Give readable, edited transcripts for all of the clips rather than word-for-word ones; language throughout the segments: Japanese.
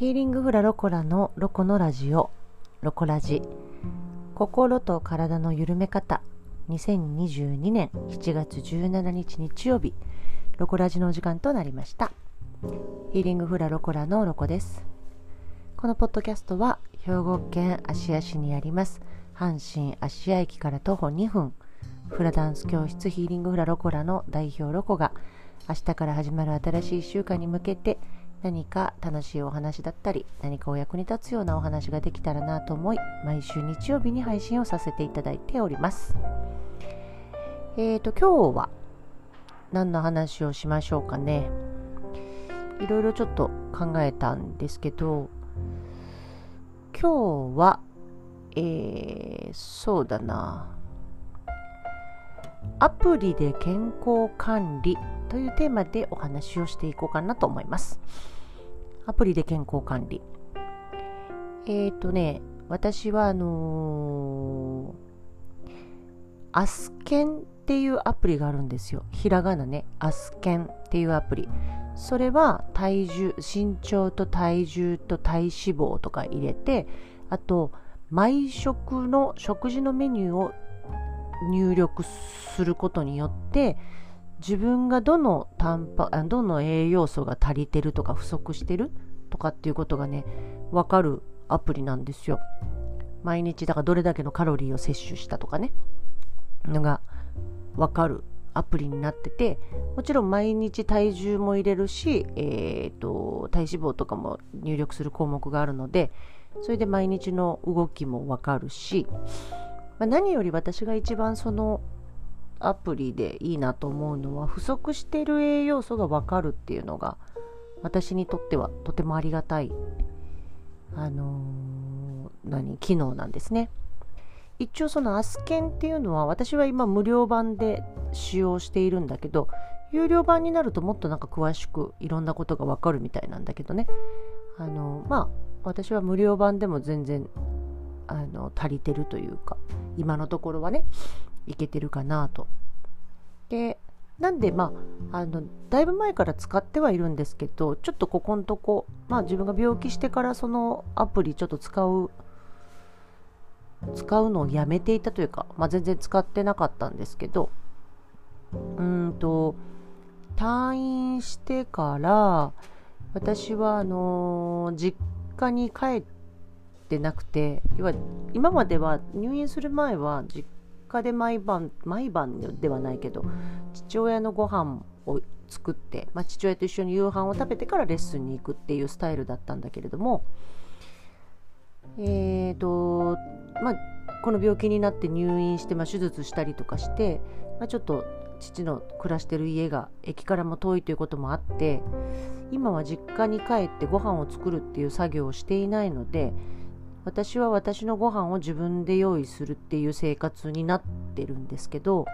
ヒーリングフラロコラのロコのラジオ、ロコラジ。心と体の緩め方。2022年7月17日日曜日、ロコラジのお時間となりました。ヒーリングフラロコラのロコです。このポッドキャストは兵庫県芦屋市にあります阪神芦屋駅から徒歩2分、フラダンス教室ヒーリングフラロコラの代表ロコが、明日から始まる新しい1週間に向けて何か楽しいお話だったり、何かお役に立つようなお話ができたらなと思い、毎週日曜日に配信をさせていただいております。今日は何の話をしましょうかね。いろいろちょっと考えたんですけど、今日はそうだな、アプリで健康管理というテーマでお話をしていこうかなと思います。アプリで健康管理。私はアスケンっていうアプリがあるんですよ。ひらがなね、アスケンっていうアプリ。それは体重、身長と体重と体脂肪とか入れて、あと毎食の食事のメニューを入力することによって、自分がどの栄養素が足りてるとか不足してるとかっていうことがね、分かるアプリなんですよ。毎日だからどれだけのカロリーを摂取したとかね、のが分かるアプリになってて、もちろん毎日体重も入れるし、体脂肪とかも入力する項目があるので、それで毎日の動きも分かるし、何より私が一番そのアプリでいいなと思うのは、不足している栄養素が分かるっていうのが私にとってはとてもありがたい機能なんですね。一応そのアスケンっていうのは、私は今無料版で使用しているんだけど、有料版になるともっと詳しくいろんなことが分かるみたいなんだけどね、私は無料版でも全然足りてるというか、今のところはねいけてるかなと。で、なんでだいぶ前から使ってはいるんですけど、ちょっとここのとこ、自分が病気してからそのアプリちょっと使うのをやめていたというか、全然使ってなかったんですけど、退院してから私は実家に帰ってなくて、今までは入院する前は実家で毎晩ではないけど父親のご飯を作って、父親と一緒に夕飯を食べてからレッスンに行くっていうスタイルだったんだけれども、この病気になって入院して、手術したりとかして、ちょっと父の暮らしてる家が駅からも遠いということもあって、今は実家に帰ってご飯を作るっていう作業をしていないので、私は私のご飯を自分で用意するっていう生活になってるんですけど、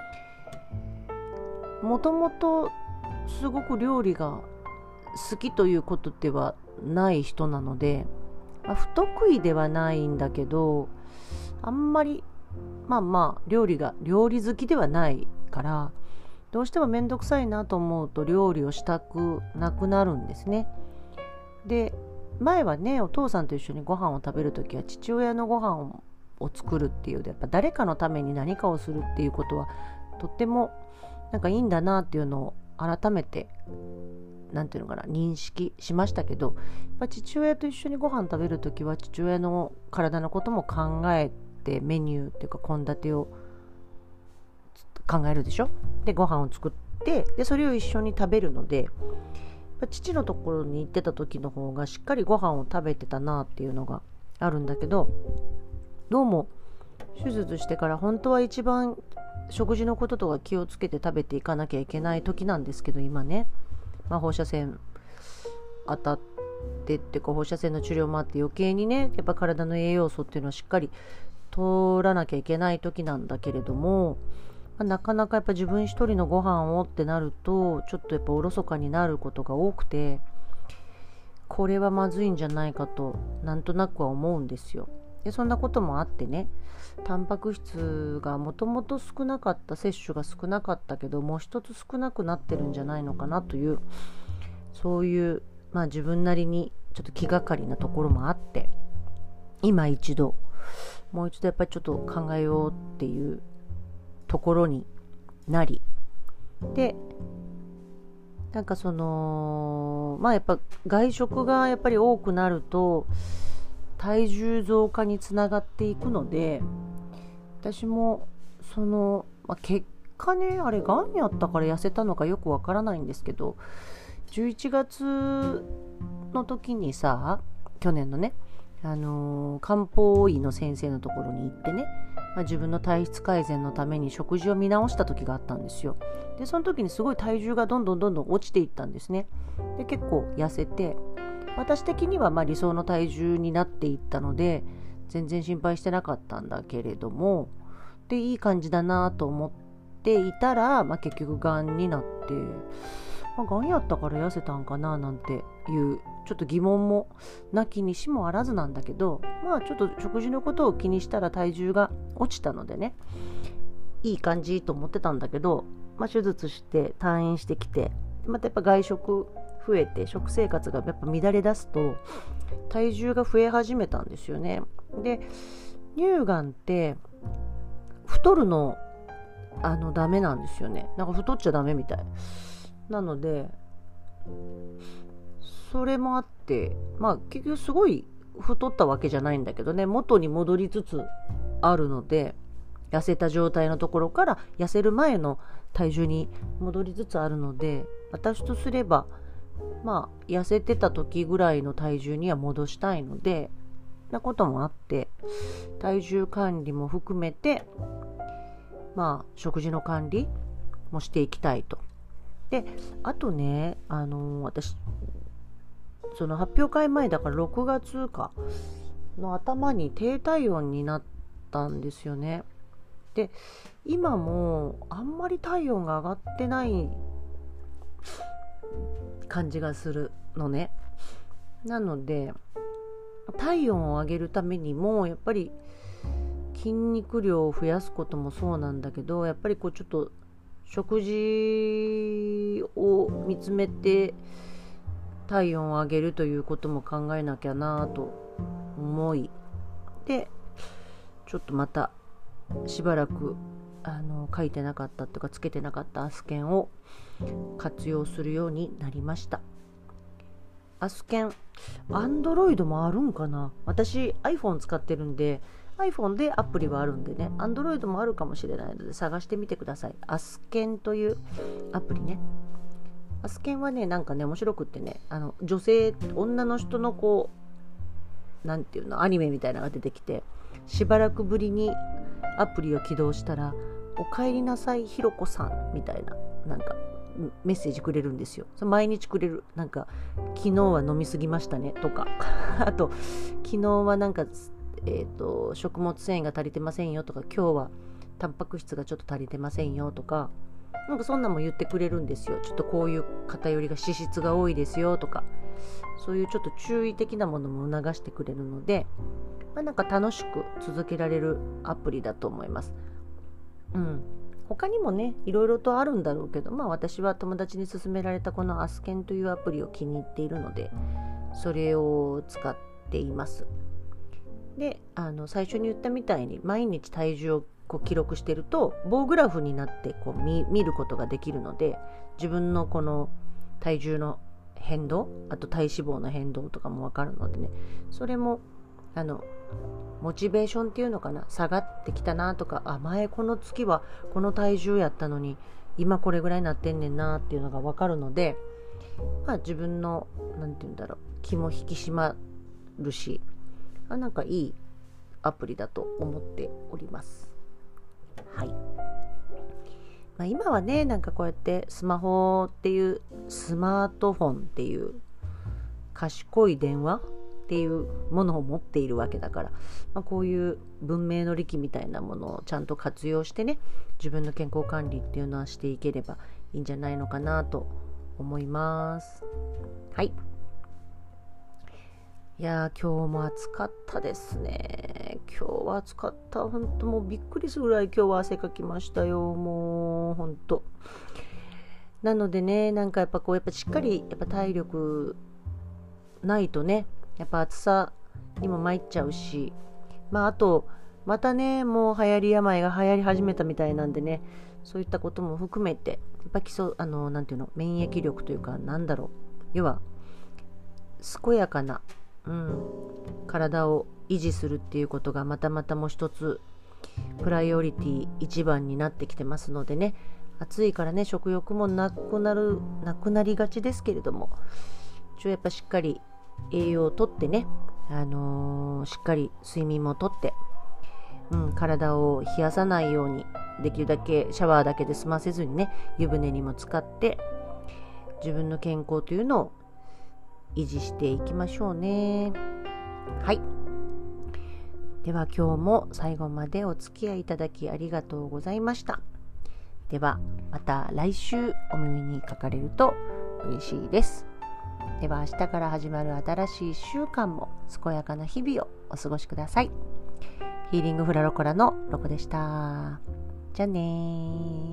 もともとすごく料理が好きということではない人なので、不得意ではないんだけど、あんまり料理好きではないから、どうしてもめんどくさいなと思うと料理をしたくなくなるんですね。で、前はね、お父さんと一緒にご飯を食べるときは父親のご飯を作るっていう、やっぱ誰かのために何かをするっていうことはとってもいいんだなっていうのを改めて認識しましたけど、父親と一緒にご飯食べるときは父親の体のことも考えてメニューっていうか献立を考えるでしょ。で、ご飯を作って、でそれを一緒に食べるので、父のところに行ってた時の方がしっかりご飯を食べてたなっていうのがあるんだけど、どうも手術してから本当は一番食事のこととか気をつけて食べていかなきゃいけない時なんですけど、今ね、放射線当たってっていうか、放射線の治療もあって余計にね、やっぱ体の栄養素っていうのはしっかり取らなきゃいけない時なんだけれども、なかなかやっぱ自分一人のご飯をってなると、ちょっとやっぱおろそかになることが多くて、これはまずいんじゃないかとなんとなくは思うんですよ。で、そんなこともあってね、タンパク質がもともと少なかった、摂取が少なかったけどもう一つ少なくなってるんじゃないのかなという、そういう自分なりにちょっと気がかりなところもあって、もう一度やっぱりちょっと考えようっていうところになり、でなんかやっぱ外食がやっぱり多くなると体重増加につながっていくので、私も結果ね、あれがんやったから痩せたのかよくわからないんですけど、11月の時にさ、去年のね、漢方医の先生のところに行ってね、自分の体質改善のために食事を見直した時があったんですよ。でその時にすごい体重がどんどん落ちていったんですね。で結構痩せて、私的には理想の体重になっていったので全然心配してなかったんだけれども、でいい感じだなと思っていたら、結局がんになって、がんやったから痩せたんかななんていうちょっと疑問もなきにしもあらずなんだけど、ちょっと食事のことを気にしたら体重が落ちたのでね、いい感じと思ってたんだけど、手術して退院してきて、またやっぱ外食増えて食生活がやっぱ乱れ出すと体重が増え始めたんですよね。で乳がんって太るのダメなんですよね。なんか太っちゃダメみたいなので、それもあって、結局すごい太ったわけじゃないんだけどね、元に戻りつつあるので、痩せた状態のところから痩せる前の体重に戻りつつあるので、私とすれば痩せてた時ぐらいの体重には戻したいので、なこともあって体重管理も含めて食事の管理もしていきたいと。であとね、私その発表会前だから6月かの頭に低体温になったんですよね。で今もあんまり体温が上がってない感じがするのね。なので体温を上げるためにもやっぱり筋肉量を増やすこともそうなんだけど、やっぱりちょっと食事を見つめて体温を上げるということも考えなきゃなと思い、でちょっとまたしばらく書いてなかったとかつけてなかったアスケンを活用するようになりました。アスケン Android もあるんかな。私 iPhone 使ってるんで iPhone でアプリはあるんでね、 Android もあるかもしれないので探してみてください。アスケンというアプリね。アスケンはね、なんかね面白くってね、女の人のなんていうの、アニメみたいなのが出てきて、しばらくぶりにアプリを起動したら、おかえりなさいひろこさんみたいな、なんかメッセージくれるんですよ。それ毎日くれる。なんか昨日は飲みすぎましたねとかあと昨日はなんか、食物繊維が足りてませんよとか、今日はタンパク質がちょっと足りてませんよとか、なんかそんなも言ってくれるんですよ。ちょっとこういう偏りが脂質が多いですよとか、そういうちょっと注意的なものも促してくれるので、なんか楽しく続けられるアプリだと思います。他にもねいろいろとあるんだろうけど、私は友達に勧められたこのアスケンというアプリを気に入っているので、それを使っています。で最初に言ったみたいに毎日体重を記録してると棒グラフになって見ることができるので、自分のこの体重の変動、あと体脂肪の変動とかも分かるのでね、それもモチベーションっていうのかな、下がってきたなとか、前この月はこの体重やったのに今これぐらいになってんねんなっていうのが分かるので、自分のなんていうんだろう、気も引き締まるし、なんかいいアプリだと思っております。はい。今はね、なんかこうやってスマートフォンっていう賢い電話っていうものを持っているわけだから、こういう文明の利器みたいなものをちゃんと活用してね、自分の健康管理っていうのはしていければいいんじゃないのかなと思います。はい。いや今日も暑かったですね。今日は暑かった。本当もうびっくりするぐらい今日は汗かきましたよ。もう本当。なのでね、なんかやっぱしっかり体力ないとね、やっぱ暑さにも参っちゃうし、あとまたね、もう流行り病が流行り始めたみたいなんでね、そういったことも含めて、やっぱ基礎、なんていうの、免疫力というか、要は健やかな、体を維持するっていうことがまたもう一つプライオリティ一番になってきてますのでね、暑いからね、食欲もなくなりがちですけれども、やっぱしっかり栄養をとってね、しっかり睡眠もとって、体を冷やさないように、できるだけシャワーだけで済ませずにね、湯船にも使って自分の健康というのを維持していきましょうね。はい。では今日も最後までお付き合いいただきありがとうございました。ではまた来週お耳にかかれると嬉しいです。では明日から始まる新しい1週間も健やかな日々をお過ごしください。ヒーリングフラロコラのロコでした。じゃあねー。